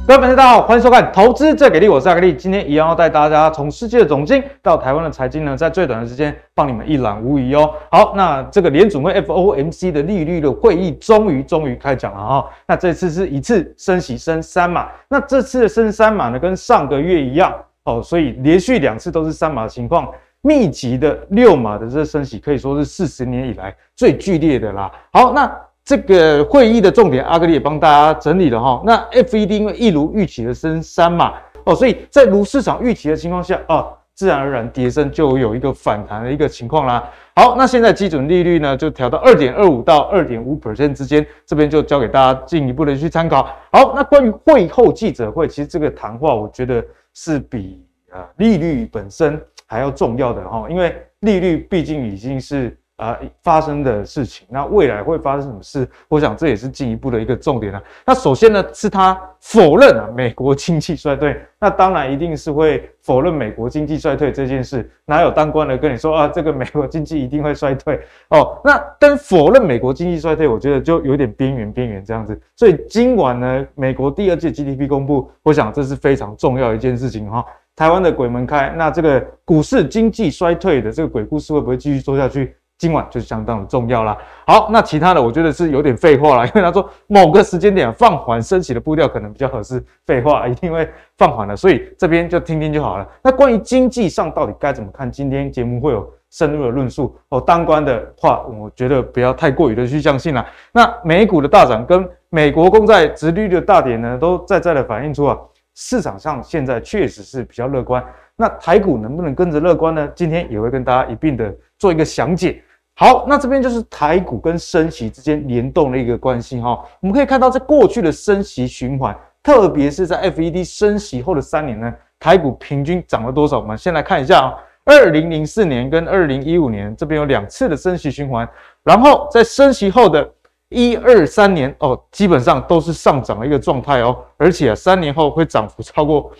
各位粉丝大家好，欢迎收看《投资最给力》，我是阿格力。今天一样要带大家从世界的总经到台湾的财经呢，在最短的时间帮你们一览无遗哦。好，那这个联准会 FOMC 的利率的会议终于开讲了哈。那这次是一次升息升3码，那这次的升3码呢，跟上个月一样哦，所以连续2次都是3码的情况。密集的6码的这升息可以说是40年以来最剧烈的啦。好，那这个会议的重点，阿格力也帮大家整理了哈。那 FED 因为一如预期的升3码哦，所以在如市场预期的情况下啊，自然而然跌升就有一个反弹的一个情况啦。好，那现在基准利率呢就调到 2.25 到 2.5% 之间，这边就交给大家进一步的去参考。好，那关于会后记者会，其实这个谈话我觉得是比利率本身还要重要的哈，因为利率毕竟已经是发生的事情，那未来会发生什么事？我想这也是进一步的一个重点啊。那首先呢，是他否认美国经济衰退，那当然一定是会否认美国经济衰退这件事，哪有当官的跟你说这个美国经济一定会衰退哦？那跟否认美国经济衰退，我觉得就有点边缘这样子。所以今晚呢，美国第2季 GDP 公布，我想这是非常重要的一件事情哈。台湾的鬼门开，那这个股市经济衰退的这个鬼故事会不会继续做下去？今晚就相当的重要啦。好，那其他的我觉得是有点废话啦，因为他说某个时间点放缓升息的步调可能比较合适，废话一定会放缓了，所以这边就听听就好了。那关于经济上到底该怎么看，今天节目会有深入的论述哦。当官的话，我觉得不要太过于的去相信啦。那美股的大涨跟美国公债殖利率的大跌呢，都在的反映出市场上现在确实是比较乐观。那台股能不能跟着乐观呢？今天也会跟大家一并的做一个详解。好，那这边就是台股跟升息之间联动的一个关系哈。我们可以看到，在过去的升息循环，特别是在 FED 升息后的3年呢，台股平均涨了多少？我们先来看一下2004年跟2015年这边有2次的升息循环，然后在升息后的1、2、3年基本上都是上涨的一个状态哦，而且3年后会涨幅超过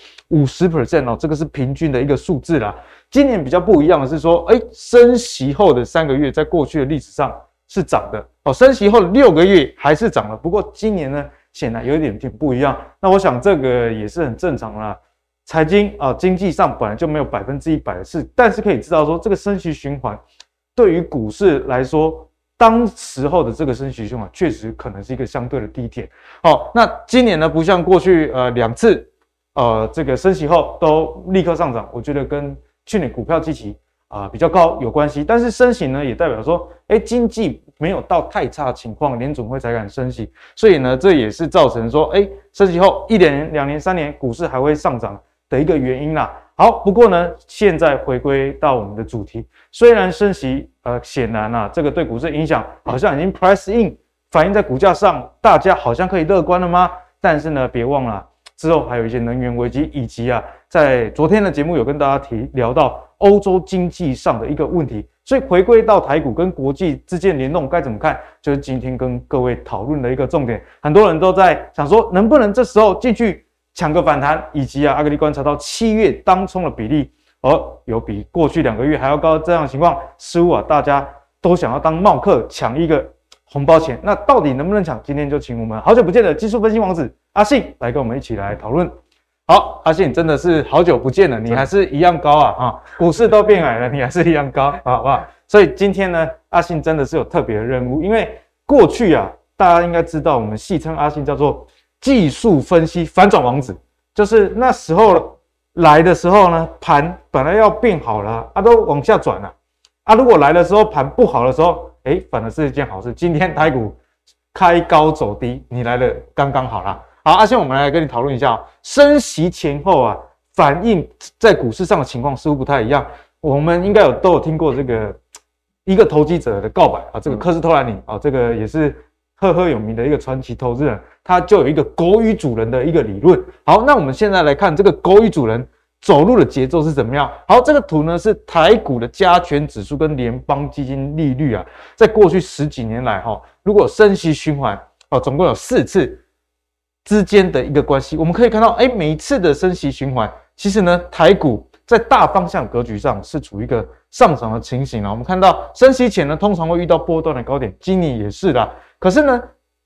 50% 哦，这个是平均的一个数字啦。今年比较不一样的是说，升息后的3个月，在过去的历史上是涨的哦，升息后的6个月还是涨了。不过今年呢，显然有一点不一样。那我想这个也是很正常啦。财经经济上本来就没有100%的事，但是可以知道说，这个升息循环对于股市来说，当时候的这个升息循环确实可能是一个相对的低点。好，那今年呢，不像过去2次这个升息后都立刻上涨，我觉得跟去年股票基期比较高有关系，但是升息呢也代表说，经济没有到太差的情况，联准会才敢升息，所以呢这也是造成说，升息后1年、2年、3年股市还会上涨的一个原因啦。好，不过呢，现在回归到我们的主题，虽然升息，显然这个对股市的影响好像已经 price in 反映在股价上，大家好像可以乐观了吗？但是呢，别忘了之后还有一些能源危机，以及在昨天的节目有跟大家聊到欧洲经济上的一个问题，所以回归到台股跟国际之间联动该怎么看，就是今天跟各位讨论的一个重点。很多人都在想说，能不能这时候进去抢个反弹，以及阿格力观察到7月当冲的比例有比过去2个月还要高，这样的情况似乎大家都想要当冒客抢一个红包钱，那到底能不能抢？今天就请我们好久不见的技术分析王子阿信来跟我们一起来讨论。好，阿信真的是好久不见了，你还是一样高股市都变矮了，你还是一样高，好不好？所以今天呢，阿信真的是有特别的任务，因为过去大家应该知道，我们戏称阿信叫做技术分析反转王子，就是那时候来的时候呢，盘本来要变好了都往下转了如果来的时候盘不好的时候，反而是一件好事。今天台股开高走低，你来的刚刚好啦。好，阿信，我们来跟你讨论一下升息前后反映在股市上的情况似乎不太一样。我们应该都有听过这个一个投机者的告白这个科斯托兰尼这个也是赫有名的一个传奇投资人，他就有一个狗与主人的一个理论。好，那我们现在来看这个狗与主人走路的节奏是怎么样。好，这个图呢是台股的加权指数跟联邦基金利率在过去10几年来如果升息循环总共有4次之间的一个关系，我们可以看到每一次的升息循环，其实呢台股在大方向格局上是处于一个上涨的情形我们看到升息前呢通常会遇到波段的高点，今年也是啦。可是呢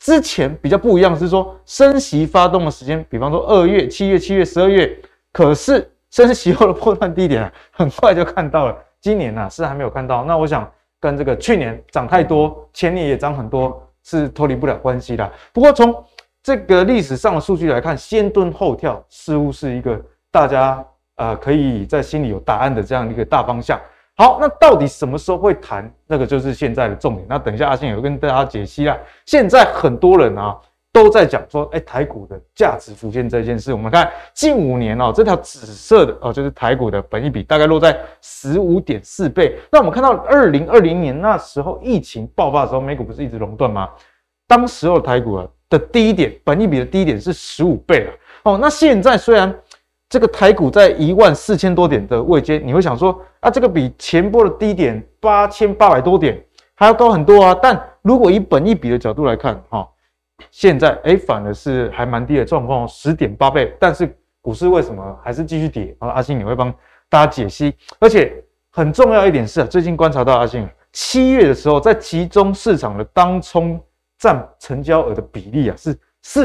之前比较不一样是说升息发动的时间，比方说2月、7月、12月，可是升息后的波段低点很快就看到了，今年是还没有看到。那我想跟这个去年涨太多，前年也涨很多是脱离不了关系的。不过从这个历史上的数据来看，先蹲后跳似乎是一个大家可以在心里有答案的这样一个大方向。好，那到底什么时候会弹？那个就是现在的重点。那等一下阿信也会跟大家解析啦。现在很多人都在讲说，台股的价值浮现这件事。我们看近5年这条紫色的就是台股的本益比大概落在 15.4 倍。那我们看到2020年那时候疫情爆发的时候，美股不是一直熔断吗？当时候台股的低点，本益比的低点是15倍了。那现在虽然这个台股在14000多点的位阶，你会想说这个比前波的低点8800多点还要高很多啊。但如果以本益比的角度来看，现在反而是还蛮低的状况，10.8倍。但是股市为什么还是继续跌？阿信也会帮大家解析。而且很重要一点是最近观察到阿信7月的时候，在集中市场的当冲占成交额的比例是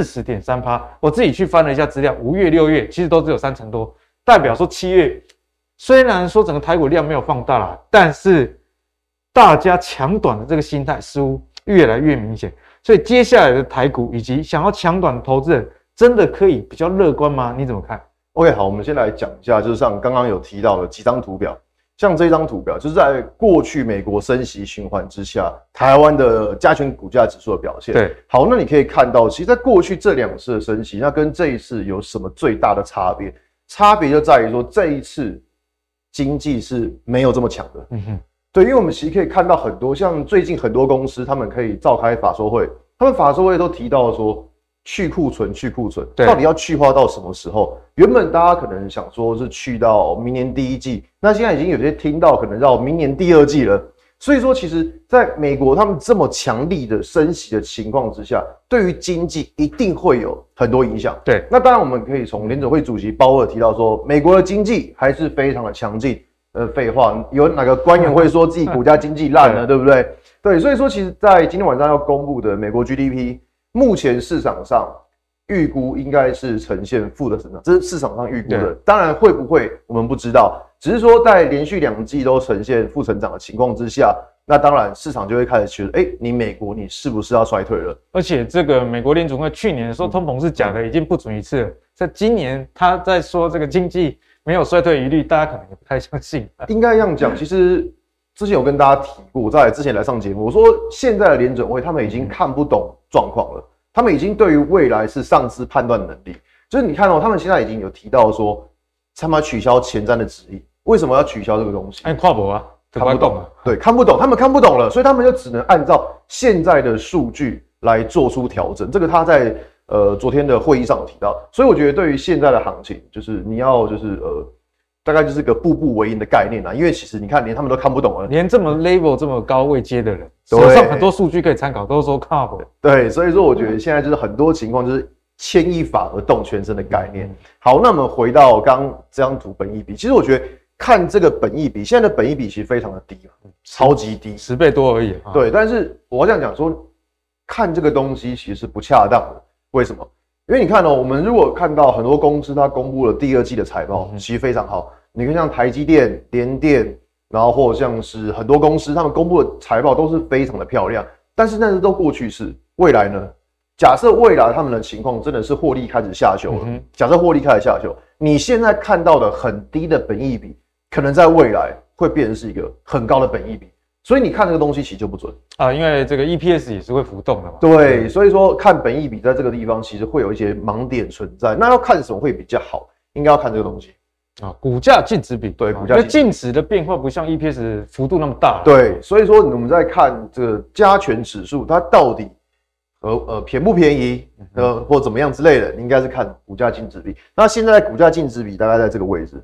40.3%，我自己去翻了一下资料，5月、6月其实都只有30%多，代表说7月虽然说整个台股量没有放大啦，但是大家抢短的这个心态似乎越来越明显，所以接下来的台股以及想要抢短的投资人，真的可以比较乐观吗？你怎么看 ？OK， 好，我们先来讲一下，就是像刚刚有提到的几张图表。像这张图表，就是在过去美国升息循环之下，台湾的加权股价指数的表现。 对， 好，那你可以看到，其实在过去这2次的升息，那跟这一次有什么最大的差别？差别就在于说，这一次经济是没有这么强的。对，因为我们其实可以看到很多，像最近很多公司，他们可以召开法说会，他们法说会都提到说，去库存，到底要去化到什么时候？原本大家可能想说是去到明年第1季，那现在已经有些听到可能到明年第2季了。所以说，其实在美国他们这么强力的升息的情况之下，对于经济一定会有很多影响。 对， 那当然我们可以从联准会主席鲍尔提到说，美国的经济还是非常的强劲。废话，有哪个官员会说自己国家经济烂了，对不对？对，所以说，其实，在今天晚上要公布的美国 GDP。目前市场上预估应该是呈现负的成长，这是市场上预估的。当然会不会我们不知道，只是说在连续2季都呈现负成长的情况之下，那当然市场就会开始觉得，你美国你是不是要衰退了？ 而且这个美国联准会去年说通膨是假的，已经不准一次了。在今年他在说这个经济没有衰退疑虑，大家可能也不太相信。 应该这样讲，其实之前有跟大家提过，在之前来上节目，我说现在的联准会他们已经看不懂状况了，他们已经对于未来是丧失判断能力。就是你看他们现在已经有提到说，他们要取消前瞻的指引，为什么要取消这个东西？ 跨博看不懂了，对，看不懂，他们看不懂了，所以他们就只能按照现在的数据来做出调整。这个他在昨天的会议上有提到，所以我觉得对于现在的行情，就是你要大概就是个步步为营的概念啦，因为其实你看，连他们都看不懂了， 连这么 level 这么高位阶的人，手上很多数据可以参考，都说看不懂。 对，所以说我觉得现在就是很多情况就是牵一发而动全身的概念。好，那我们回到刚刚这张图本益比，其实我觉得看这个本益比，现在的本益比其实非常的低，超级低 ，10倍多而已。 对，但是我这样讲说，看这个东西其实是不恰当的，为什么？因为你看我们如果看到很多公司它公布了第2季的财报，其实非常好。你看像台积电、联电，然后或者像是很多公司，他们公布的财报都是非常的漂亮。但是那是都过去式，未来呢？假设未来他们的情况真的是获利开始下修了，假设获利开始下修，你现在看到的很低的本益比，可能在未来会变成是一个很高的本益比。所以你看这个东西其实就不准因为这个 EPS 也是会浮动的嘛。 对，所以说看本益比在这个地方其实会有一些盲点存在。那要看什么会比较好？应该要看这个东西股价净值比。 对，股价净值的变化不像 EPS 幅度那么大。 对，所以说我们在看这个加权指数，它到底便不便宜或怎么样之类的，你应该是看股价净值比。那现在股价净值比大概在这个位置。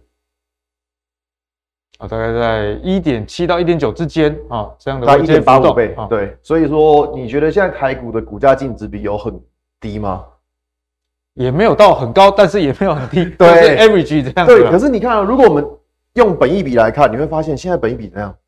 大概在 1.7 到 1.9 之间这样的位阶浮动。倍。对，所以说你觉得现在台股的股价净值比有很低吗？ 也没有到很高，但是也没有很低， 对， 就是 average 这样子。 对，可是你看如果我们用本益比来看，你会发现现在本益比怎样？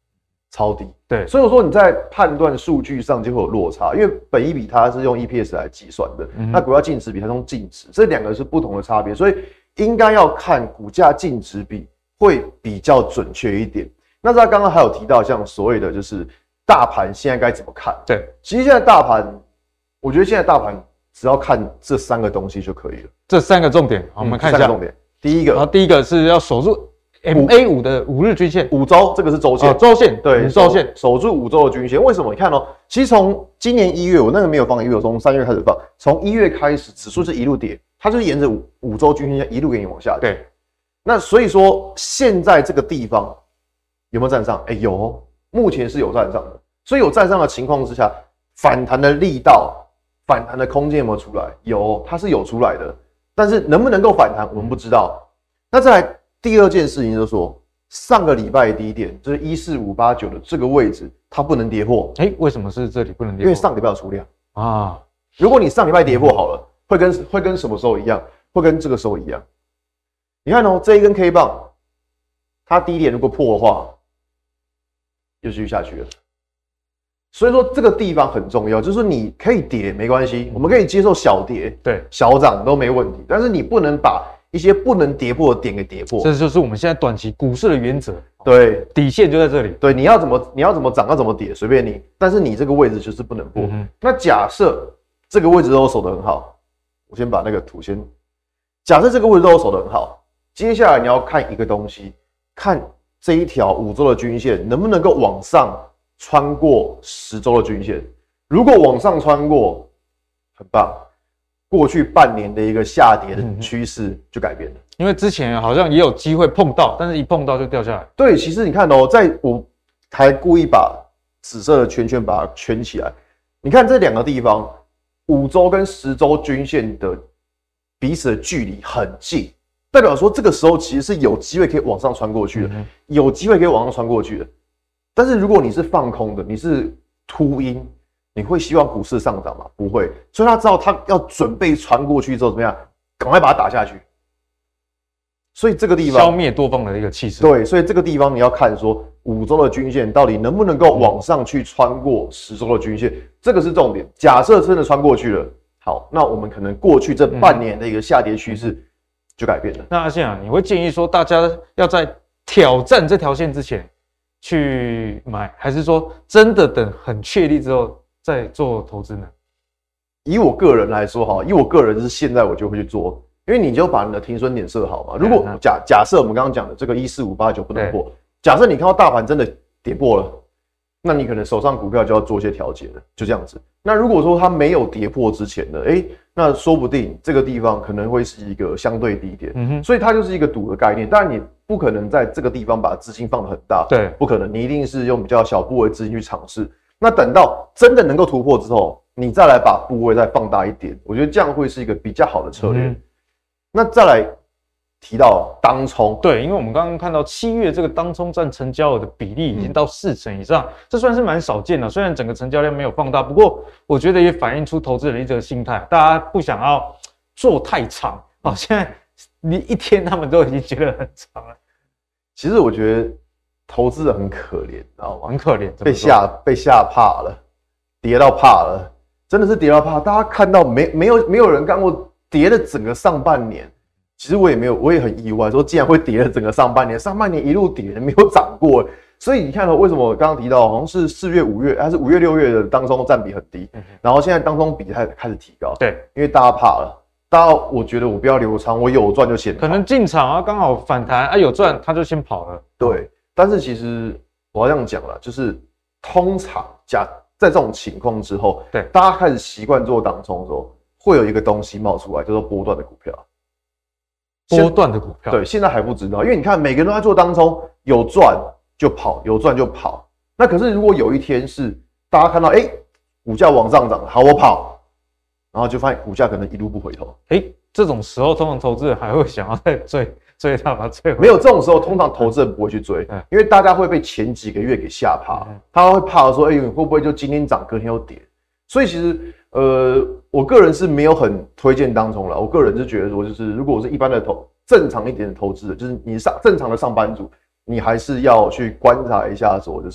超低。 对， 所以说你在判断数据上就会有落差，因为本益比它是用 EPS 来计算的，那股价净值比它是用净值，这两个是不同的差别，所以应该要看股价净值比会比较准确一点。那他刚刚还有提到像所谓的就是大盘现在该怎么看？ 对， 其实现在大盘，我觉得现在大盘只要看这3个东西就可以了。 这3个重点，好，我们看一下。 重点，第一个是要守住 MA5 的5日均线， 5周，这个是周线， 周线， 对， 周线守住5周的均线。为什么？你看哦，其实从今年1月，我那个没有放1月，我从3月开始放，从1月开始，指数是一路跌，它就是沿着5周均线一路给你往下跌。 对， 那所以说现在这个地方有没有站上？有哦，目前是有站上的。所以有站上的情况之下，反弹的力道、反弹的空间有没有出来？有，它是有出来的。但是能不能够反弹，我们不知道。那再来第二件事情就是说，上个礼拜低点就是14589的这个位置，它不能跌破。 为什么是这里不能跌破？ 因为上礼拜有出量啊。 如果你上礼拜跌破好了，会跟什么时候一样？会跟这个时候一样。你看哦，这一根 K 棒，它低点如果破的话，就继续下去了。所以说这个地方很重要，就是说你可以跌没关系，我们可以接受小跌， 对， 小涨都没问题，但是你不能把一些不能跌破的点给跌破。 这就是我们现在短期股市的原则， 对， 底线就在这里。 对，你要怎么涨，要怎么跌，随便你，但是你这个位置就是不能破。那假设这个位置都守得很好，我先把那个图先，假设这个位置都守得很好，接下来你要看一个东西，看这一条5周的均线能不能够往上穿过10周的均线。如果往上穿过，很棒，过去半年的一个下跌的趋势就改变了。 因为之前好像也有机会碰到，但是一碰到就掉下来。 对，其实你看哦，在我还故意把紫色的圈圈把它圈起来，你看这两个地方，5周跟10周均线的彼此的距离很近，代表说这个时候其实是有机会可以往上穿过去的，有机会可以往上穿过去的。但是如果你是放空的，你是秃鹰，你会希望股市上涨吗？不会。所以他知道他要准备穿过去之后怎么样，赶快把它打下去。所以这个地方消灭多方的一个气势。 对，所以这个地方你要看说5周的均线到底能不能够往上去穿过10周的均线，这个是重点。假设真的穿过去了，好，那我们可能过去这半年的一个下跌趋势就改变了。 那阿宪啊，你会建议说大家要在挑战这条线之前去买，还是说真的等很确立之后再做投资呢？ 以我个人来说，哈，以我个人是现在我就会去做，因为你就把你的停损点设好嘛。如果假设我们刚刚讲的这个14589不能破，假设你看到大盘真的跌破了，那你可能手上股票就要做一些调节了，就这样子。那如果说它没有跌破之前的，那说不定这个地方可能会是一个相对低点，所以它就是一个赌的概念。当然你不可能在这个地方把资金放得很大， 对， 不可能，你一定是用比较小部位资金去尝试。那等到真的能够突破之后，你再来把部位再放大一点，我觉得这样会是一个比较好的策略。那再来提到当冲， 对，因为我们刚刚看到7月这个当冲占成交额的比例已经到40%以上，这算是蛮少见的。虽然整个成交量没有放大，不过我觉得也反映出投资人的一个心态，大家不想要做太长。好，现在你一天他们都已经觉得很长了。 其实我觉得投资人很可怜，知道吗？ 很可怜， 被吓怕了，跌到怕了，真的是跌到怕。大家看到没有人看过跌了整个上半年。其实我也很意外，说竟然会跌了整个上半年，上半年一路跌，没有涨过。所以你看到为什么我刚刚提到，好像是4月、5月还是5月、6月的当中占比很低，然后现在当中比开始提高。对，因为大家怕了，大家我觉得我不要留仓，我有赚就先跑。 可能进场啊，刚好反弹啊，有赚他就先跑了。 对，但是其实我要这样讲啦，就是通常在这种情况之后，对大家开始习惯做当冲的时候，会有一个东西冒出来，叫做波段的股票。 波段的股票， 对，现在还不知道，因为你看每个人都在做当冲，有赚就跑，有赚就跑。那可是如果有一天是大家看到，股价往上涨，好，我跑，然后就发现股价可能一路不回头， 这种时候通常投资人还会想要再追它把它追回来。 没有这种时候，通常投资人不会去追，因为大家会被前几个月给吓怕，他会怕说，你会不会就今天涨，隔天又跌？所以其实，我个人是没有很推荐当冲了。我个人是觉得说，就是如果我是一般的正常一点的投资者，就是你正常的上班族，你还是要去观察一下说，就是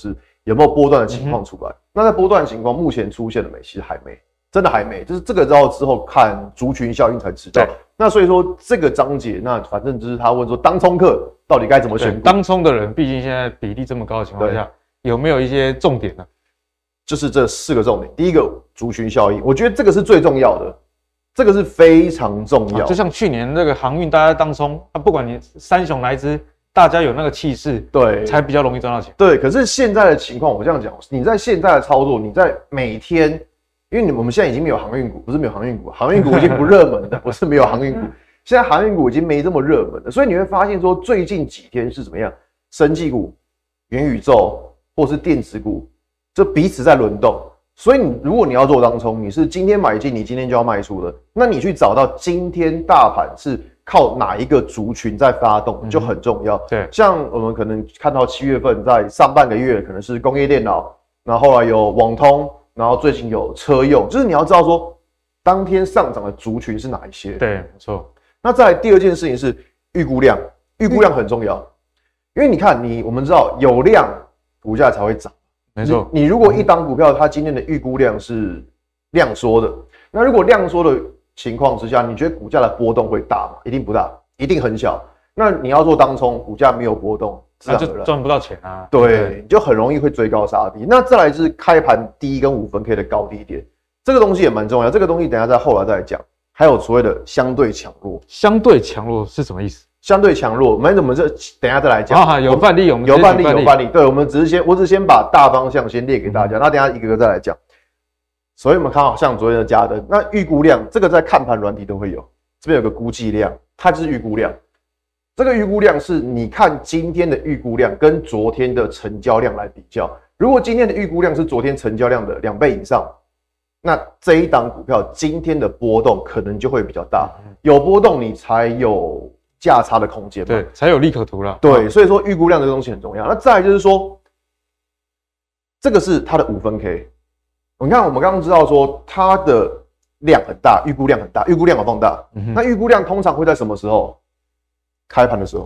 有没有波段的情况出来？那在波段情况目前出现了没？其实还没，真的还没，就是这个之后看族群效应才知道。那所以说这个章节，那反正就是他问说当冲客到底该怎么选股？ 当冲的人，毕竟现在比例这么高的情况下，有没有一些重点呢？ 就是这4个重点。第一个族群效应，我觉得这个是最重要的。这个是非常重要， 就像去年那个航运，大家当冲，不管你三雄来之，大家有那个气势， 对， 才比较容易赚到钱。 对，可是现在的情况，我这样讲，你在现在的操作，你在每天，因为我们现在已经没有航运股，不是没有航运股，航运股已经不热门的，不是没有航运股，现在航运股已经没这么热门了，所以你会发现说，最近几天是怎么样，生技股、元宇宙或是电子股，这彼此在轮动。所以如果你要做当冲，你是今天买进，你今天就要卖出的，那你去找到今天大盘是靠哪一个族群在发动，就很重要。 对， 像我们可能看到7月份在上半个月可能是工业电脑，然后后来有网通，然后最近有车用，就是你要知道说当天上涨的族群是哪一些。 对，没错。 那再来第二件事情是预估量，预估量很重要，因为你看我们知道有量股价才会涨。 没错， 你如果一档股票它今天的预估量是量缩的，那如果量缩的情况之下，你觉得股价的波动会大吗？一定不大，一定很小。那你要做当冲，股价没有波动， 那就赚不到钱啊。 对，你就很容易会追高杀低。那再来是开盘第一根5分 K 的高低点，这个东西也蛮重要。这个东西等一下后来再来讲。还有所谓的相对强弱， 相对强弱是什么意思？ 相对强弱，我们这等一下再来讲。 有范例，我们有范例。对，我们我只先把大方向先列给大家，那等一下一个个再来讲。所以我们看好像昨天的嘉登，那预估量这个在看盘软体都会有，这边有个估计量，它就是预估量。这个预估量是你看今天的预估量跟昨天的成交量来比较，如果今天的预估量是昨天成交量的2倍以上，那这一档股票今天的波动可能就会比较大，有波动你才有价差的空间嘛， 对，才有利可图啦。 对，所以说预估量这个东西很重要。那再来就是说，这个是它的5分 K。你看，我们刚刚知道说它的量很大，预估量很大，预估量有放大。那预估量通常会在什么时候？开盘的时候。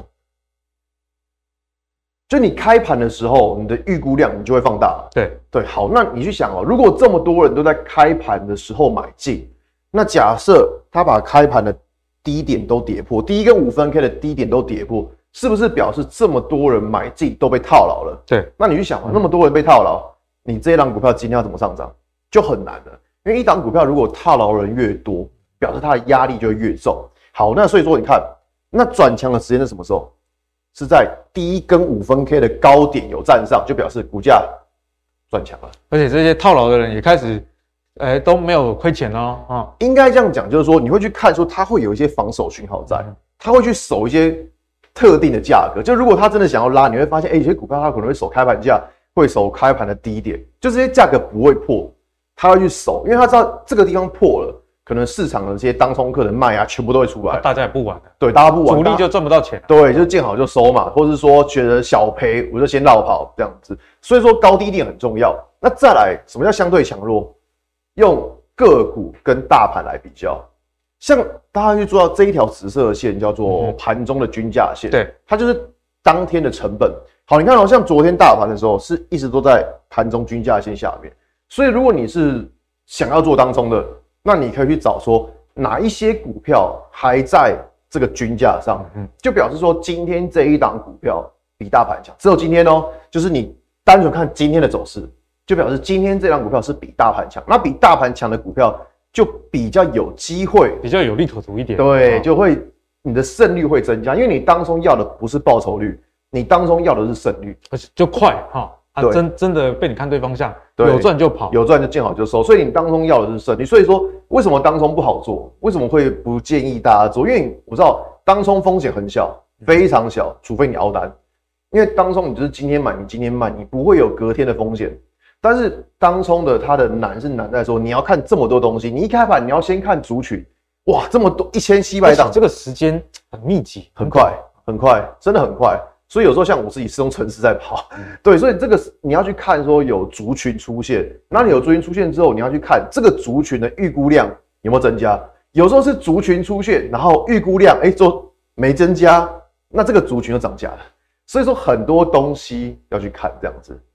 就你开盘的时候，你的预估量你就会放大。对，好，那你去想哦，如果这么多人都在开盘的时候买进，那假设他把开盘的低点都跌破，第一根5分 K 的低点都跌破，是不是表示这么多人买进都被套牢了？ 对， 那你去想，那么多人被套牢，你这一档股票今天要怎么上涨就很难了，因为一档股票如果套牢人越多，表示它的压力就会越重。好，那所以说你看，那转强的时间是什么时候？是在第一根5分 K 的高点有站上，就表示股价转强了。 而且这些套牢的人也开始，都没有亏钱哦。 应该这样讲，就是说你会去看说它会有一些防守讯号在，它会去守一些特定的价格。就如果它真的想要拉，你会发现，有些股票它可能会守开盘价，会守开盘的低点，就这些价格不会破，它会去守，因为它知道这个地方破了。可能市场的这些当冲客的卖啊，全部都会出来， 大家也不玩了。 对，大家不玩， 主力就赚不到钱。 对，就见好就收嘛，或者是说觉得小赔，我就先绕跑这样子。所以说高低点很重要。那再来，什么叫相对强弱？用个股跟大盘来比较。像大家去做到这一条紫色的线，叫做盘中的均价线。 对， 它就是当天的成本。好，你看像昨天大盘的时候，是一直都在盘中均价线下面。所以如果你是想要做当冲的，那你可以去找说哪一些股票还在这个均价上，就表示说今天这一档股票比大盘强，只有今天哦，就是你单纯看今天的走势，就表示今天这档股票是比大盘强。那比大盘强的股票就比较有机会， 比较有利可图一点， 对，就会你的胜率会增加，因为你当中要的不是报酬率，你当中要的是胜率， 而且就快哈。真的被你看对方向，有赚就跑， 有赚就见好就收，所以你当中要的是胜率。所以说，为什么当冲不好做？为什么会不建议大家做？因为我知道当冲风险很小，非常小，除非你凹单。因为当冲你就是今天买，你今天卖，你不会有隔天的风险。但是当冲的它的难是难在说，你要看这么多东西，你一开盘你要先看族群，哇，这么多1700档， 这个时间很密集， 很快，真的很快。所以有时候像我自己是用程式在跑，对，所以这个你要去看说有族群出现，那你有族群出现之后，你要去看这个族群的预估量有没有增加。有时候是族群出现，然后预估量就没增加，那这个族群就涨价了。所以说很多东西要去看这样子。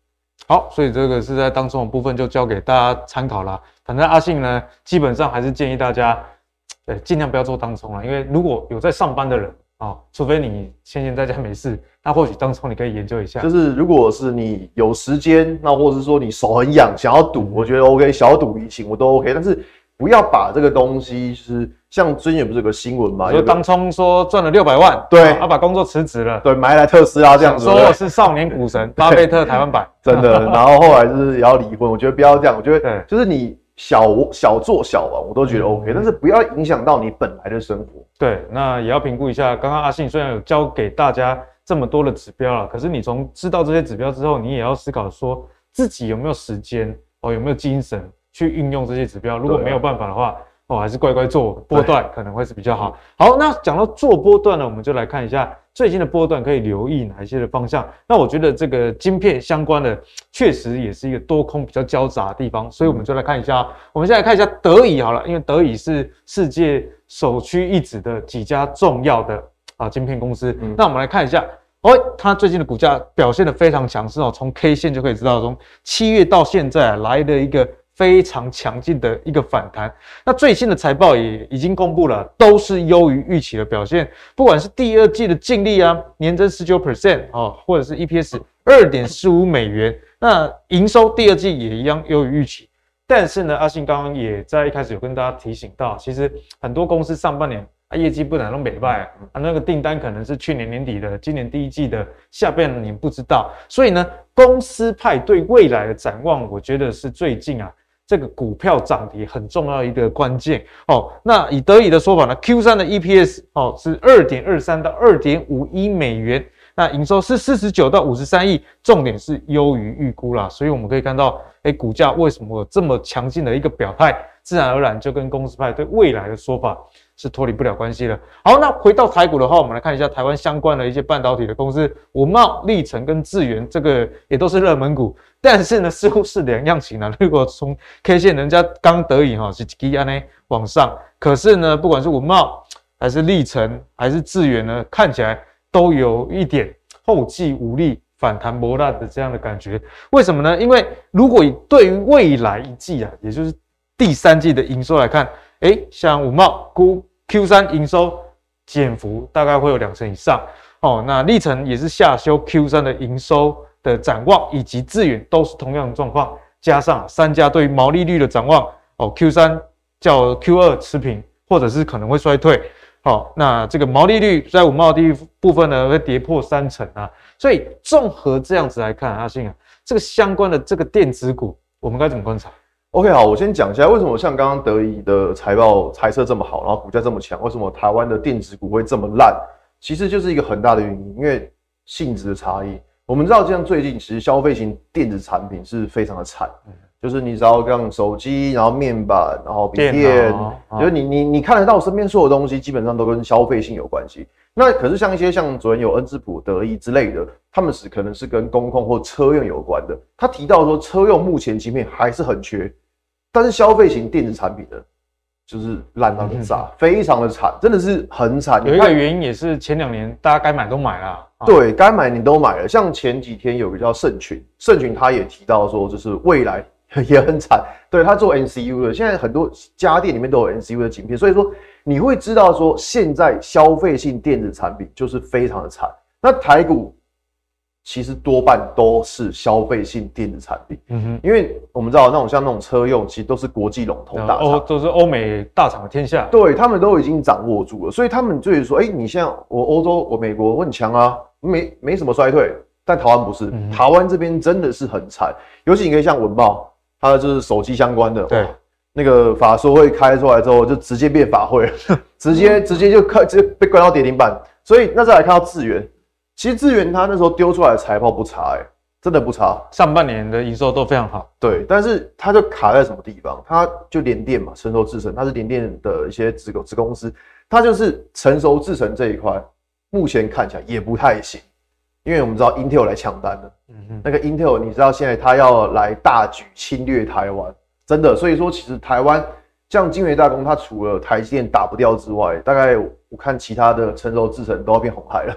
好，所以这个是在当冲的部分就交给大家参考啦。反正阿信呢，基本上还是建议大家，尽量不要做当冲啦，因为如果有在上班的人啊，除非你闲在家没事，那或许当冲你可以研究一下。 就是如果是你有时间，那或者是说你手很痒想要赌，我觉得 OK， 小赌怡情我都 OK， 但是不要把这个东西就是像最近也不是有个新闻嘛， 就当冲说赚了600万， 对， 他把工作辞职了， 对，买来特斯拉这样子， 说我是少年股神巴菲特台湾版， 真的，然后后来就是也要离婚，我觉得不要这样，我觉得就是你小做小玩，我都觉得 OK，但是不要影响到你本来的生活。 对，那也要评估一下。刚刚阿信虽然有教给大家这么多的指标了，可是你从知道这些指标之后，你也要思考说自己有没有时间有没有精神去运用这些指标。如果没有办法的话，还是乖乖做波段可能会是比较好。好，那讲到做波段呢，我们就来看一下最近的波段可以留意哪一些的方向。那我觉得这个晶片相关的确实也是一个多空比较交杂的地方，所以我们就来看一下。我们现在看一下德仪好了，因为德仪是世界首屈一指的几家重要的晶片公司。那我们来看一下。它最近的股价表现得非常强势从 K 线就可以知道，从7月到现在来的一个非常强劲的一个反弹。那最新的财报也已经公布了，都是优于预期的表现。不管是第二季的净利年增 19% 或者是 EPS 2.45美元，那营收第二季也一样优于预期。但是呢，阿信刚刚也在一开始有跟大家提醒到，其实很多公司上半年业绩不然都美败那个订单可能是去年年底的，今年第一季的，下半年不知道。所以呢，公司派对未来的展望，我觉得是最近这个股票涨跌很重要的一个关键那以德仪的说法呢 ，Q3 的 EPS 是 2.23 到 2.51美元，那营收是49到53亿，重点是优于预估啦。所以我们可以看到，股价为什么有这么强劲的一个表态，自然而然就跟公司派对未来的说法是脱离不了关系了。好，那回到台股的话，我们来看一下台湾相关的一些半导体的公司，文茂、力成跟智原，这个也都是热门股，但是呢，似乎是两样情如果从 K 线，人家刚德仪是一支往上，可是呢，不管是文茂还是力成还是智原呢，看起来都有一点后继无力、反弹磨烂的这样的感觉。为什么呢？因为如果对于未来一季也就是第三季的营收来看，像文茂估 Q3 营收减幅大概会有20%以上那力成也是下修 Q3 的营收的展望，以及智原都是同样的状况，加上三家对于毛利率的展望Q3 较 Q2 持平，或者是可能会衰退。那这个毛利率在文茂的部分呢会跌破30%所以综合这样子来看，阿信这个相关的这个电子股，我们该怎么观察 ？OK， 好，我先讲一下为什么像刚刚德仪的财报财测这么好，然后股价这么强，为什么台湾的电子股会这么烂？其实就是一个很大的原因，因为性质的差异。我们知道，像最近其实消费型电子产品是非常的惨，就是你知道，像手机，然后面板，然后笔电，就是你看得到身边所有东西，基本上都跟消费性有关系。那可是像一些像昨天有恩智浦、德仪之类的，他们可能是跟工控或车用有关的。他提到说，车用目前晶片还是很缺，但是消费型电子产品呢，就是烂到个炸，非常的惨，真的是很惨。 有一个原因也是前2年大家该买都买了， 对，该买你都买了。像前几天有个叫盛群他也提到说，就是未来也很惨，对他做 NCU 的，现在很多家电里面都有 NCU 的晶片，所以说你会知道说，现在消费性电子产品就是非常的惨。那台股其实多半都是消费性电子产品，因为我们知道像那种车用，其实都是国际龙头大厂， 都是欧美大厂的天下， 对他们都已经掌握住了，所以他们就是说，你现在我欧洲、我美国我很强啊，没什么衰退，但台湾不是，台湾这边真的是很惨，尤其你可以像文茂，它就是手机相关的， 对， 那个法说会开出来之后，就直接变法会了，直接被关到跌停板，所以那再来看到智原。其实智原他那时候丢出来的财报不差真的不差， 上半年的营收都非常好。 对，但是他就卡在什么地方？他就联电嘛，成熟制程，它是联电的一些子公司，它就是成熟制程这一块，目前看起来也不太行，因为我们知道 Intel 来抢单了，那个 Intel 你知道现在他要来大举侵略台湾，真的，所以说其实台湾像晶圆代工，它除了台积电打不掉之外，大概我看其他的成熟制程都要变红海了。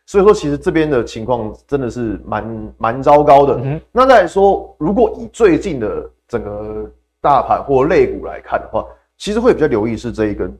所以说其实这边的情况真的是蛮糟糕的。那再来说，如果以最近的整个大盘或类股来看的话，其实会比较留意是这一根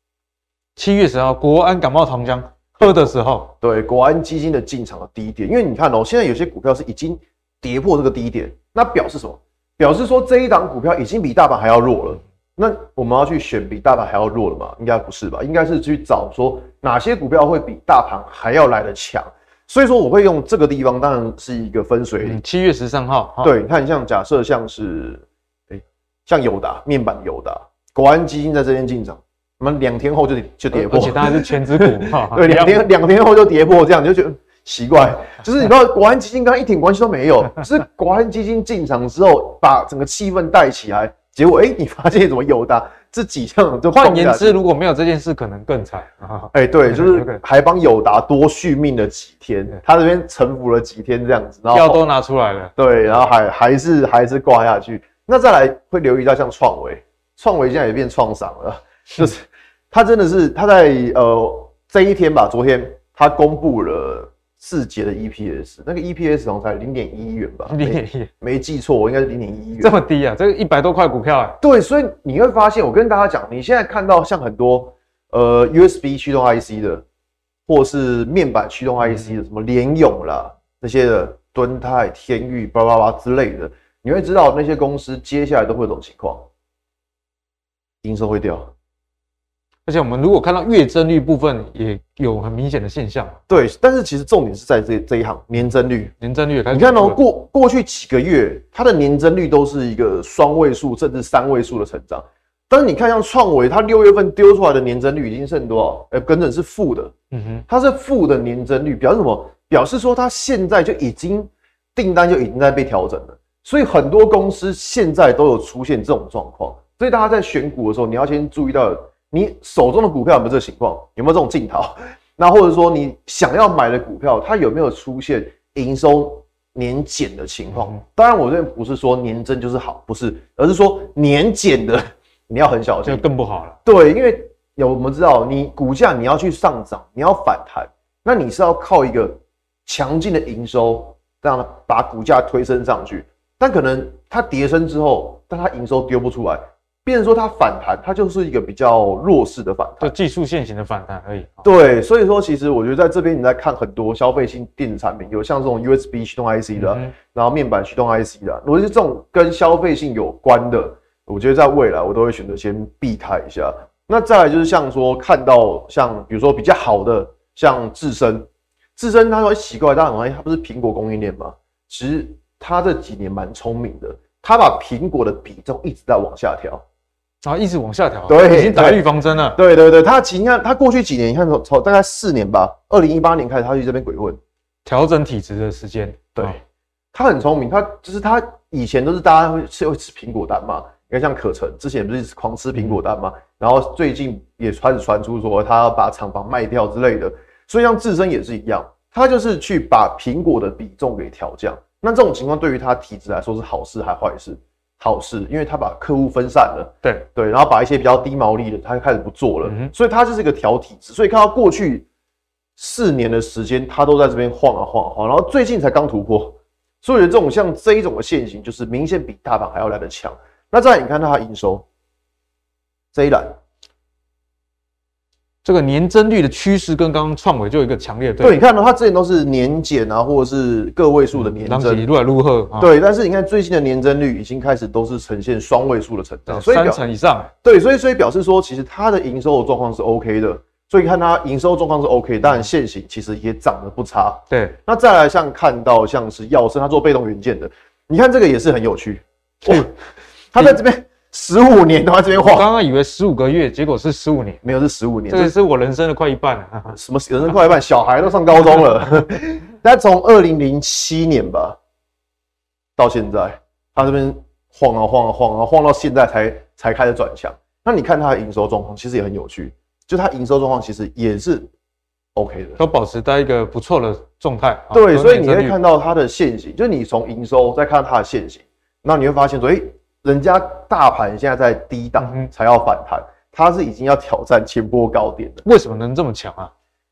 7月10号国安感冒糖浆喝的时候， 对国安基金的进场的低点，因为你看现在有些股票是已经跌破这个低点，那表示什么？表示说这一档股票已经比大盘还要弱了。那我们要去选比大盘还要弱的吗？应该不是吧？应该是去找说哪些股票会比大盘还要来得强。所以说我会用这个地方，当然是一个分水岭。 7月13号， 对，你看像假设像是，像友达面板友达，国安基金在这边进场，我们2天后就跌破， 而且它还是全指股， 对，两天后就跌破，这样你就觉得奇怪，就是你知道国安基金跟他一点关系都没有，就是国安基金进场之后把整个气氛带起来。结果你发现怎么友达这几项就换言之，如果没有这件事，可能更惨。 对，就是还帮友达多续命了几天，他这边沉浮了几天这样子，然后药都拿出来了， 对，然后还是挂下去。那再来会留意到像创维现在也变创商了，就是他真的是他在这一天吧，昨天他公布了4节的 EPS， 那个 EPS 好像才0.11元吧，0.1，没记错，我应该是0.11元， 这么低啊！这个100多块股票对，所以你会发现，我跟大家讲，你现在看到像很多USB 驱动 IC 的，或是面板驱动 IC 的，什么联咏啦那些的，敦泰、天钰、巴拉巴拉之类的，你会知道那些公司接下来都会有这种情况，营收会掉。 而且我们如果看到月增率部分也有很明显的现象， 对，但是其实重点是在这一行年增率， 年增率也开始。 你看过去几个月，它的年增率都是一个双位数甚至3位数的成长。但是你看像创维，它6月份丢出来的年增率已经剩多少？跟着是负的，它是负的年增率，表示什么？表示说它现在就已经订单就已经在被调整了，所以很多公司现在都有出现这种状况。所以大家在选股的时候，你要先注意到。你手中的股票有没有这个情况？有没有这种镜头？那或者说你想要买的股票，它有没有出现营收年减的情况？当然，我这边不是说年增就是好，不是，而是说年减的你要很小心， 就更不好了。 对，因为我们知道，你股价你要去上涨，你要反弹，那你是要靠一个强劲的营收，这样把股价推升上去。但可能它跌升之后，但它营收丢不出来。变成说它反弹，它就是一个比较弱势的反弹， 就技术线型的反弹而已。 对，所以说其实我觉得在这边你在看很多消费性电子产品，有像这种 USB 驱动 IC 的，然后面板驱动 IC 的，如果是这种跟消费性有关的，我觉得在未来我都会选择先避开一下。那再来就是像说看到像比如说比较好的像智深他说奇怪，大家好像他不是苹果供应链吗？其实他这几年蛮聪明的，他把苹果的比重一直在往下调。 一直往下调， 对， 已经打预防针了。 对，你看他过去几年，你看从大概4年吧，2018年开始他去这边鬼混， 调整体质的时间。 对，他很聪明，他以前都是大家会吃苹果单嘛，你看像可成之前不是狂吃苹果单嘛，然后最近也开始传出说他要把厂房卖掉之类的，所以像智深也是一样，他就是去把苹果的比重给调降。那这种情况对于他体质来说是好事还坏事？好事，因为他把客户分散了，对，然后把一些比较低毛利的他开始不做了，所以他就是一个调体质。所以看到过去4年的时间，他都在这边晃啊晃啊晃，然后最近才刚突破。所以这种像这一种的现形，就是明显比大盘还要来得强。那再来你看它的营收这一栏， 这个年增率的趋势跟刚刚创维就有一个强烈的对，你看到它之前都是年减啊，或者是个位数的年增， 一路来路赫。 对，但是你看最近的年增率已经开始都是呈现双位数的成长， 所以3成以上。 对，所以表示说，其实它的营收的状况是 OK 的，所以看它营收状况是 OK， 当然现行其实也涨得不差。对，那再来像看到像是耀升，它做被动元件的，你看这个也是很有趣，它在这边。15年都在这边晃， 我刚刚以为15个月，结果是15年， 没有是15年， 这个是我人生的快一半了。 什么人生快一半？小孩都上高中了。但从2007年吧到现在，他这边晃啊晃啊晃啊晃到现在才开始转强。那你看他的营收状况，其实也很有趣，就他营收状况其实也是 OK 的， 都保持在一个不错的状态。 对，所以你会看到它的线型，就是你从营收再看它的线型，那你会发现说，人家大盘现在在低档才要反弹，它是已经要挑战前波高点的。 为什么能这么强啊？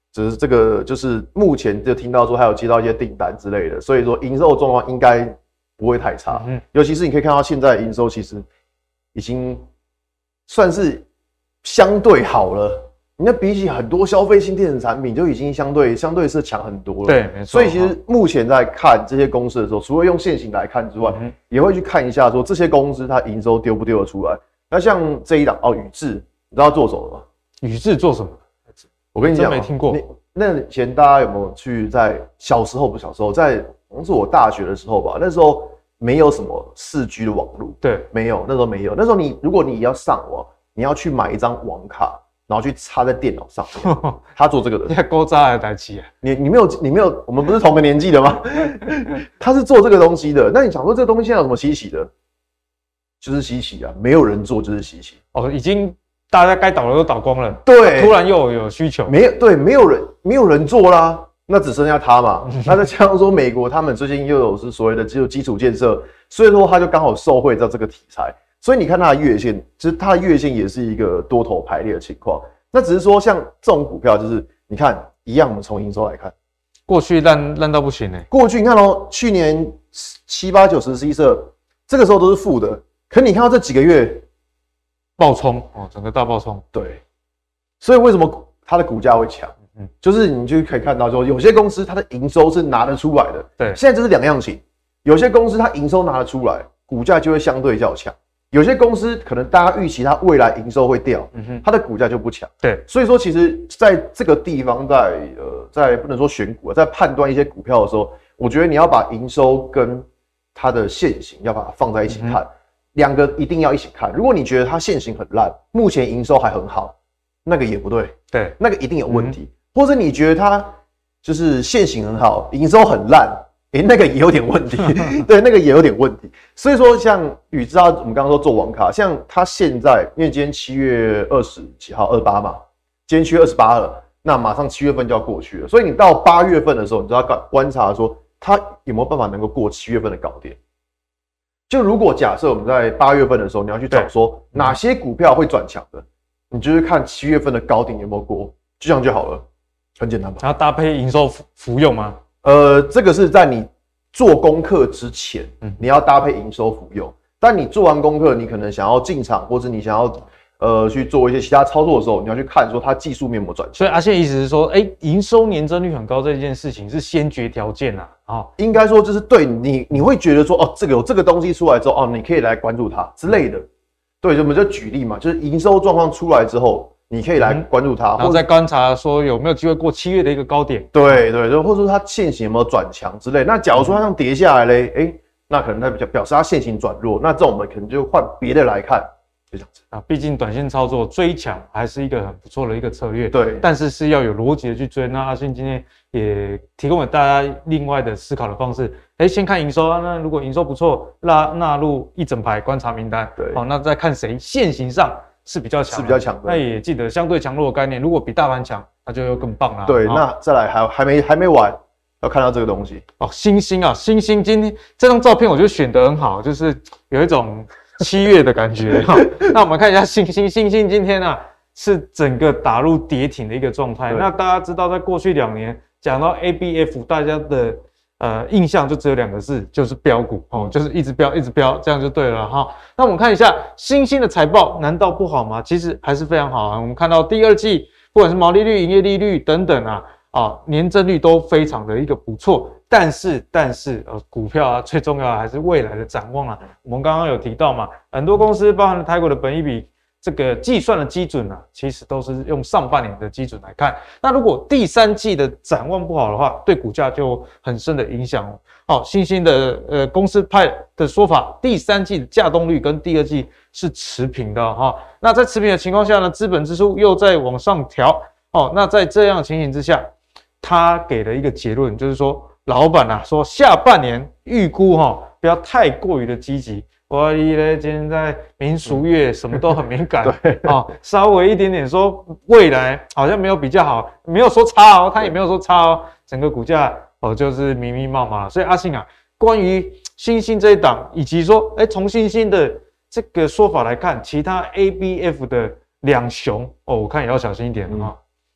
只是这个就是目前就听到说还有接到一些订单之类的，所以说营收状况应该不会太差。尤其是你可以看到现在营收其实已经算是相对好了。那比起很多消费性电子产品，就已经相对是强很多了。 对，没错。 所以其实目前在看这些公司的时候，除了用现行来看之外，也会去看一下说这些公司它营收丢不丢得出来。那像这一档宇智，你知道做什么吗？ 宇智做什么？ 我跟你讲， 没听过。 那以前大家有没有去在小时候，在好像是我大学的时候吧，那时候没有什么4G 的网络， 对， 没有，那时候没有。那时候如果你要上网，你要去买一张网卡。然后去插在电脑上面，他做这个的， 你还勾扎的台机啊？ 你没有，我们不是同个年纪的吗？他是做这个东西的。那你想说这个东西现在有什么稀奇的？就是稀奇啊，没有人做就是稀奇。 哦，已经大家该倒的都倒光了， 对， 突然又有需求， 没有人做啦，那只剩下他嘛。那再加上说美国他们最近又有是所谓的基础建设，所以说他就刚好受惠到这个题材。所以你看它的月线，其实它的月线也是一个多头排列的情况。那只是说像这种股票，就是你看一样，我们从营收来看， 过去烂到不行欸。 过去你看哦，去年7、8、9、10、11、12，这个时候都是负的。可你看到这几个月爆冲哦，整个大爆冲。 对，所以为什么它的股价会强？就是你就可以看到说，有些公司它的营收是拿得出来的。 对， 现在这是两样情。有些公司它营收拿得出来，股价就会相对较强。有些公司可能大家预期它未来营收会掉，它的股价就不强。 对， 所以说其实在这个地方，在不能说选股，在判断一些股票的时候，我觉得你要把营收跟它的现行要把它放在一起看，两个一定要一起看。如果你觉得它现行很烂，目前营收还很好，那个也不对， 对， 那个一定有问题。或者你觉得它就是现行很好，营收很烂。那个也有点问题，对，那个也有点问题。所以说，像宇智，我们刚刚说做网卡，像它现在，因为今天7月20几号28嘛，今天7月28了，那马上7月份就要过去了，所以你到8月份的时候，你就要观察说它有没有办法能够过7月份的高点。就如果假设我们在8月份的时候，你要去找说哪些股票会转强的，你就是看7月份的高点有没有过，就这样就好了，很简单吧？ 然后搭配营收服用吗？ 这个是在你做功课之前，你要搭配营收服用。但你做完功课，你可能想要进场，或者你想要去做一些其他操作的时候，你要去看说它技术面有没有转强。 所以阿宪意思是说，营收年增率很高这件事情是先决条件啊。 应该说就是对你会觉得说，哦，有这个东西出来之后，哦，你可以来关注它之类的。对，我们就举例嘛，就是营收状况出来之后。你可以来关注它， 然后再观察说有没有机会过7月的一个高点。 对，或者说它现行有没有转强之类。那假如说它这样跌下来嘞，那可能它表示它现行转弱，那这种我们可能就换别的来看，就这样子啊。毕竟短线操作追强还是一个很不错的一个策略， 对， 但是要有逻辑的去追。那阿信今天也提供给大家另外的思考的方式，先看营收啊，那如果营收不错，纳入一整排观察名单， 对， 好，那再看谁现行上。是比较强的，那也记得相对强弱的概念，如果比大盘强，那就又更棒了。 对，那再来还没完，要看到这个东西哦，星星今天这张照片我觉得选得很好，就是有一种7月的感觉。那我们看一下星星今天啊是整个打入跌停的一个状态。那大家知道，在过去2年讲到 ABF， 大家的印象就只有2个字，就是标股哦，就是一直标，这样就对了哈。那我们看一下新兴的财报，难道不好吗？其实还是非常好啊。我们看到第2季，不管是毛利率、营业利率等等年增率都非常的一个不错。但是股票啊，最重要的还是未来的展望啊。我们刚刚有提到嘛，很多公司包含了台股的本益比。这个计算的基准其实都是用上半年的基准来看。那如果第3季的展望不好的话，对股价就很深的影响哦。好，新兴的公司派的说法，第3季的价动率跟第2季是持平的哈。那在持平的情况下呢，资本支出又在往上调哦。那在这样的情形之下，他给了一个结论，就是说老板说下半年预估不要太过于的积极。我呢，今天在民俗月，什么都很敏感， 对稍微一点点说未来好像没有比较好，没有说差哦，他也没有说差哦，整个股价就是迷迷茫茫。所以阿信关于新兴这一档，以及说从新兴的这个说法来看，其他 ABF 的2雄我看也要小心一点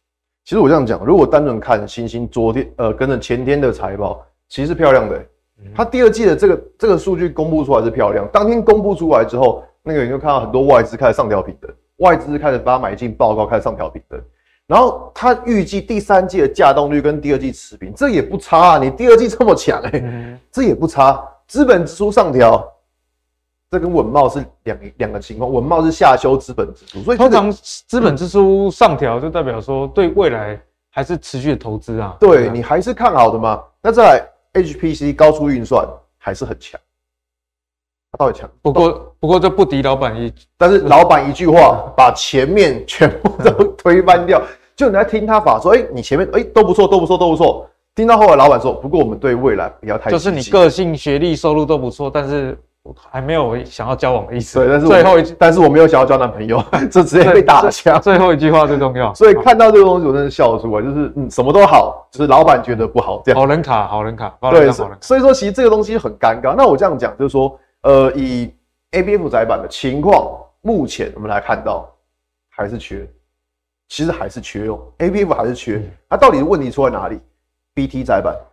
其实我这样讲，如果单纯看星星昨天跟着前天的财报，其实是漂亮的。它第二季的这个数据公布出来是漂亮，当天公布出来之后，那个你就看到很多外资开始上调平等，外资开始发买进报告，开始上调平等。然后他预计第三季的价动率跟第二季持平，这也不差啊。你第二季这么强这也不差。资本支出上调，这跟稳懋是两个情况，稳懋是下修资本支出，所以通常资本支出上调就代表说对未来还是持续的投资啊。 对你还是看好的嘛？那再来 HPC 高速运算还是很强，它到底强？ 不过这不敌老板但是老板一句话把前面全部都推翻掉，就你在听他法说，你前面都不错，都不错，都不错。听到后来老板说，不过我们对未来不要太积极， 就是你个性、学历、收入都不错，但是还没有想要交往的意思。 对，但是我没有想要交男朋友，这直接被打枪。 最后一句话最重要。 所以看到这个东西，我真的笑出来，就是什么都好，就是老板觉得不好，这样。 好人卡，好人卡。 对，所以说其实这个东西很尴尬。那我这样讲就是说，以 ABF 载板的情况，目前我们来看到还是缺，其实还是缺哦 ，ABF 还是缺。它到底问题出在哪里 ？BT 载板。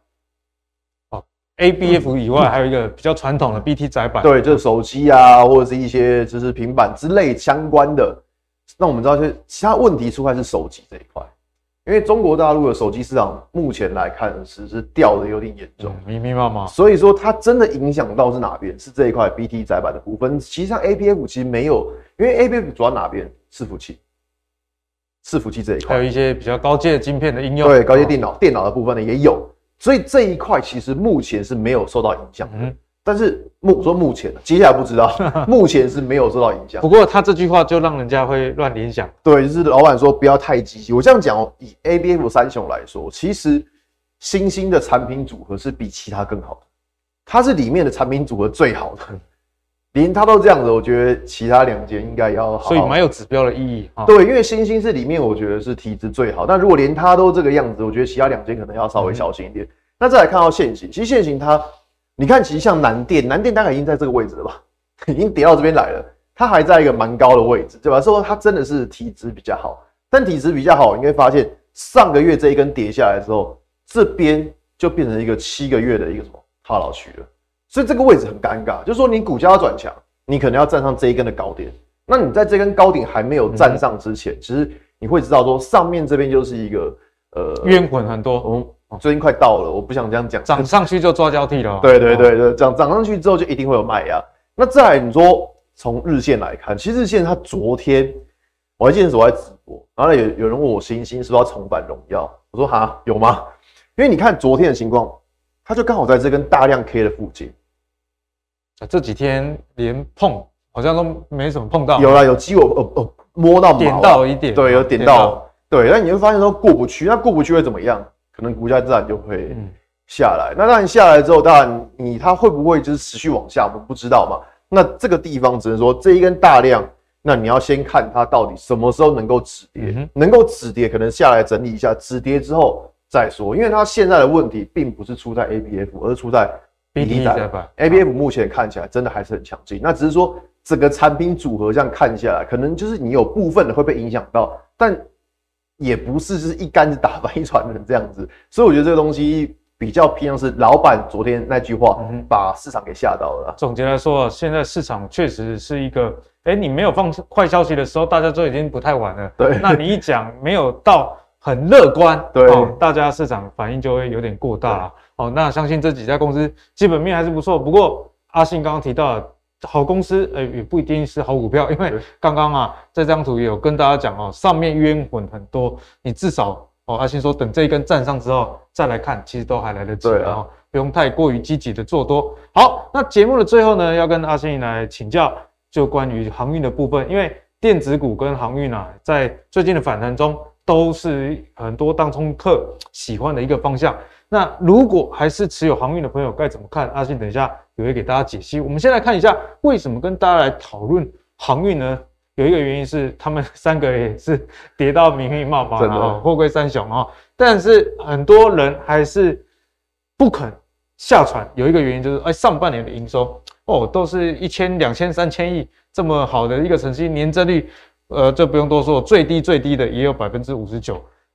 ABF 以外，还有一个比较传统的 BT 载板， 对，就是手机啊，或者是一些就是平板之类相关的。那我们知道，其他问题出在是手机这一块，因为中国大陆的手机市场目前来看是掉的有点严重， 密密麻麻。 所以说它真的影响到是哪边？是这一块 BT 载板的部分。其实上 ABF 其实没有，因为 ABF 主要哪边？伺服器这一块， 还有一些比较高阶的晶片的应用， 对，高阶电脑的部分呢也有。所以这一块其实目前是没有受到影响的，但是目前，接下来不知道，目前是没有受到影响。 不过他这句话就让人家会乱联想。 对，就是老板说不要太积极。我这样讲哦，以 ABF 三雄来说，其实新兴的产品组合是比其他更好的，它是里面的产品组合最好的，连它都这样子，我觉得其他两间应该也要好。 所以蛮有指标的意义啊。 对，因为新兴是里面我觉得是体质最好，但如果连它都这个样子，我觉得其他两间可能要稍微小心一点。那再来看到现行，其实现行它，你看其实像南电大概已经在这个位置了吧，已经跌到这边来了，它还在一个蛮高的位置，对吧？说它真的是体质比较好，但体质比较好，你会发现上个月这一根跌下来之后，这边就变成一个7个月的一个什么套牢区了。所以这个位置很尴尬，就是说你股价要转强，你可能要站上这一根的高点。那你在这根高点还没有站上之前，其实你会知道说上面这边就是一个冤魂很多。 最近快到了，我不想这样讲。 涨上去就抓交替了。 对，涨上去之后就一定会有卖压。那再来你说从日线来看，其实日线它昨天我还记得我在直播，然后有人问我星星是不是要重返荣耀，我说哈有吗？因为你看昨天的情况，它就刚好在这根大量 K 的附近。 这几天连碰好像都没什么碰到。 有啦，有机会摸到毛， 点到一点。 对，有点到。对，那你会发现说过不去，那过不去会怎么样？可能股价自然就会下来。那当然下来之后，当然它会不会就是持续往下，我们不知道嘛。那这个地方只能说这一根大量，那你要先看它到底什么时候能够止跌，能够止跌，可能下来整理一下，止跌之后再说。因为它现在的问题并不是出在 ABF， 而是出在 BT 载板。ABF 目前看起来真的还是很强劲，那只是说整个产品组合这样看下来，可能就是你有部分的会被影响到，但也不是就是一竿子打翻一船人这样子，所以我觉得这个东西比较偏向是老板昨天那句话把市场给吓到了。 总结来说，现在市场确实是一个，你没有放坏消息的时候，大家都已经不太晚了。 对， 那你一讲没有到很乐观， 对， 大家市场反应就会有点过大了。那相信这几家公司基本面还是不错，不过阿信刚刚提到的好公司，也不一定是好股票，因为刚刚在这张图也有跟大家讲上面冤魂很多，你至少阿信说等这一根站上之后再来看，其实都还来得及，不用太过于积极的做多。好，那节目的最后呢，要跟阿信来请教，就关于航运的部分，因为电子股跟航运在最近的反弹中都是很多当冲客喜欢的一个方向。那如果还是持有航运的朋友该怎么看？阿信等一下也会给大家解析。我们先来看一下为什么跟大家来讨论航运呢？有一个原因是他们三个也是跌到密密麻麻的货柜三雄但是很多人还是不肯下船。有一个原因就是上半年的营收都是1000、2000、3000亿这么好的一个成绩，年增率这不用多说，最低的也有59%。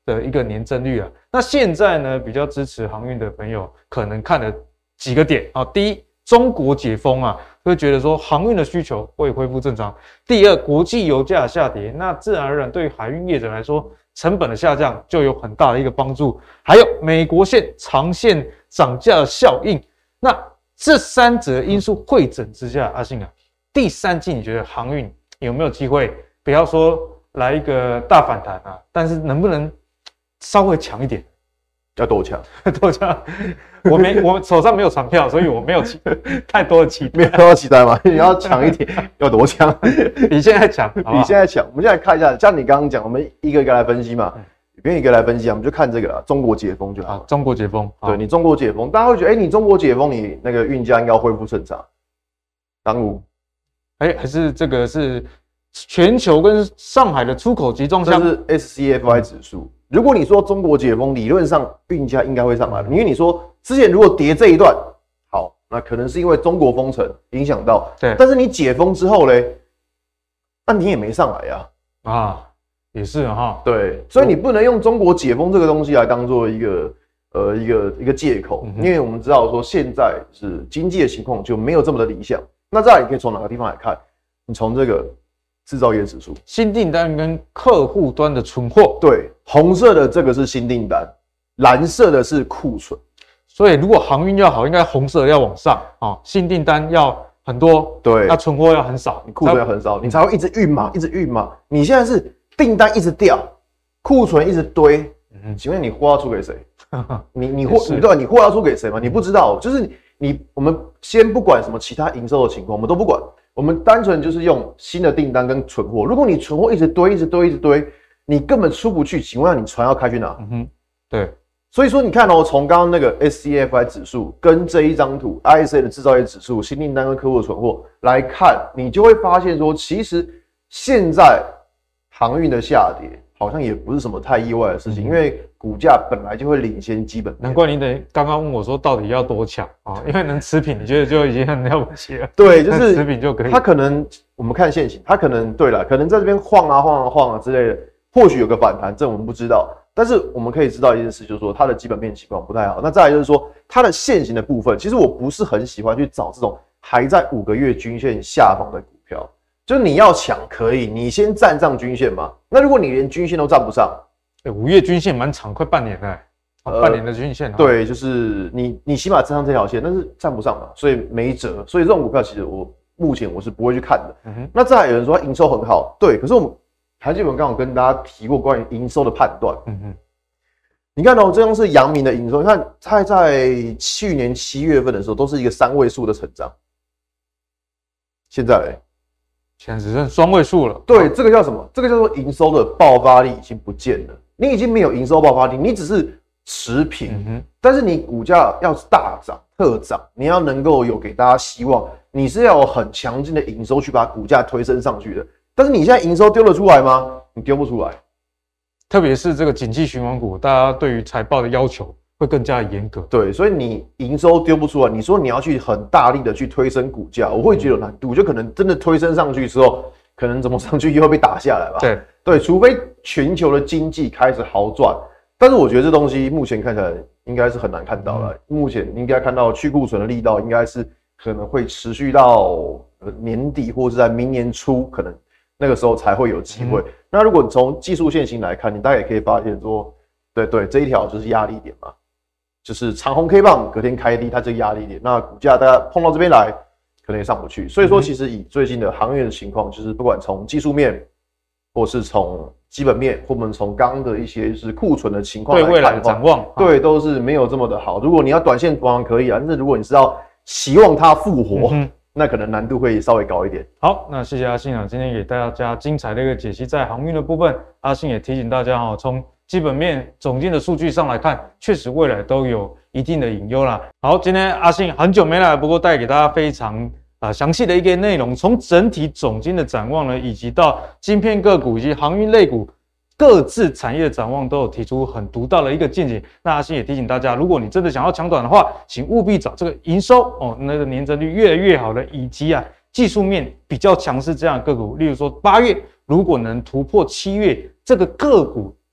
的一个年增率啊。那现在呢，比较支持航运的朋友可能看了几个点啊。第一，中国解封啊，会觉得说航运的需求会恢复正常。第二，国际油价下跌，那自然而然对于海运业者来说，成本的下降就有很大的一个帮助。还有美国长线涨价的效应。那这三者因素汇整之下，阿信啊，第三季你觉得航运有没有机会？不要说来一个大反弹啊，但是能不能稍微强一点？ 要多强？ 多强？我手上没有船票，所以我没有太多的期待。 没有多期待吗？你要强一点，要多强？ 你现在强， 你现在强。我们现在看一下，像你刚刚讲，我们一个一个来分析嘛。一个一个来分析啊，我们就看这个啦，中国解封就好。 中国解封， 对你中国解封，大家会觉得，你中国解封，你那个运价应该恢复正常。当五， 还是这个是全球跟上海的出口集装箱， 这是 SCFI 指数。如果你说中国解封，理论上运价应该会上来，因为你说之前如果跌这一段，好，那可能是因为中国封城影响到， 对。 但是你解封之后嘞，那你也没上来呀。 也是哈， 对，所以你不能用中国解封这个东西来当做一个借口，因为我们知道说现在是经济的情况就没有这么的理想。那再来你可以从哪个地方来看？你从这个制造业指数、 新订单跟客户端的存货， 对，红色的这个是新订单，蓝色的是库存。 所以如果航运要好，应该红色要往上啊，新订单要很多， 对， 那存货要很少， 你库存要很少，你才会一直运嘛，一直运嘛。你现在是订单一直掉，库存一直堆，请问你货要出给谁？你货要出给谁吗？你不知道，就是我们先不管什么其他营收的情况，我们都不管，我们单纯就是用新的订单跟存货。如果你存货一直堆，你根本出不去，请问你船要开去哪？ 对， 所以说你看从刚刚那个 SCFI 指数跟这一张图 ISA 的制造业指数、新订单跟客户的存货来看，你就会发现说，其实现在航运的下跌好像也不是什么太意外的事情，因为股价本来就会领先基本面。 难怪你刚刚问我说到底要多强啊？因为能持平，你觉得就已经很了不起了。 对，就是持平就可以。 它可能我们看现行，它可能对了，可能在这边晃啊之类的，或许有个反弹，这我们不知道。但是我们可以知道一件事，就是说它的基本面情况不太好。那再来就是说它的现行的部分，其实我不是很喜欢去找这种还在5个月均线下方的股票。就是你要抢可以，你先站上均线嘛。那如果你连均线都站不上 ，5月均线蛮长，快半年了，半年的均线。 对，就是你起码站上这条线，但是站不上嘛，所以没辙。所以这种股票其实我目前是不会去看的。那再来有人说营收很好，对，可是我们台积电刚好跟大家提过关于营收的判断。你看这样是阳明的营收，你看它在去年7月份的时候都是一个3位数的成长，现在嘞？ 现在只剩双位数了。 对，这个叫什么？这个叫做营收的爆发力已经不见了。你已经没有营收爆发力，你只是持平。但是你股价要大涨特涨，你要能够有给大家希望，你是要有很强劲的营收去把股价推升上去的。但是你现在营收丢得出来吗？你丢不出来。 特别是这个景气循环股，大家对于财报的要求会更加严格。 对，所以你营收丢不出来，你说你要去很大力的去推升股价，我会觉得有难度，就可能真的推升上去之后，可能怎么上去又会被打下来吧。对，除非全球的经济开始好转，但是我觉得这东西目前看起来应该是很难看到了。目前应该看到去库存的力道应该是可能会持续到年底或是在明年初，可能那个时候才会有机会。那如果你从技术线型来看，你大概也可以发现说，对，这一条就是压力点嘛。就是长红 K 棒隔天开低，它这个压力点，那股价大家碰到这边来，可能也上不去。所以说，其实以最近的航运的情况，就是不管从技术面，或是从基本面，或我们从刚的一些是库存的情况来看， 对未来的展望， 对，都是没有这么的好。如果你要短线当然可以啊，但是如果你是要期望它复活，那可能难度会稍微高一点。 好，那谢谢阿信啊，今天给大家精彩的一个解析，在航运的部分，阿信也提醒大家从基本面总经的数据上来看，确实未来都有一定的隐忧啦。好，今天阿信很久没来，不过带给大家非常详细的一个内容，从整体总经的展望呢，以及到晶片个股以及航运类股各自产业的展望，都有提出很独到的一个见解。那阿信也提醒大家，如果你真的想要抢短的话，请务必找这个营收那个年增率越来越好的，以及技术面比较强势这样的个股，例如说8月如果能突破7月，这个个股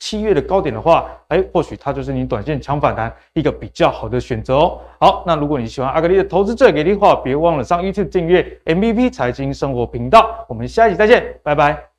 7月的高点的话，或许它就是你短线抢反弹一个比较好的选择哦。好，那如果你喜欢阿格力的投资最给力的话，别忘了上 YouTube 订阅 MVP 财经生活频道。我们下一集再见，拜拜。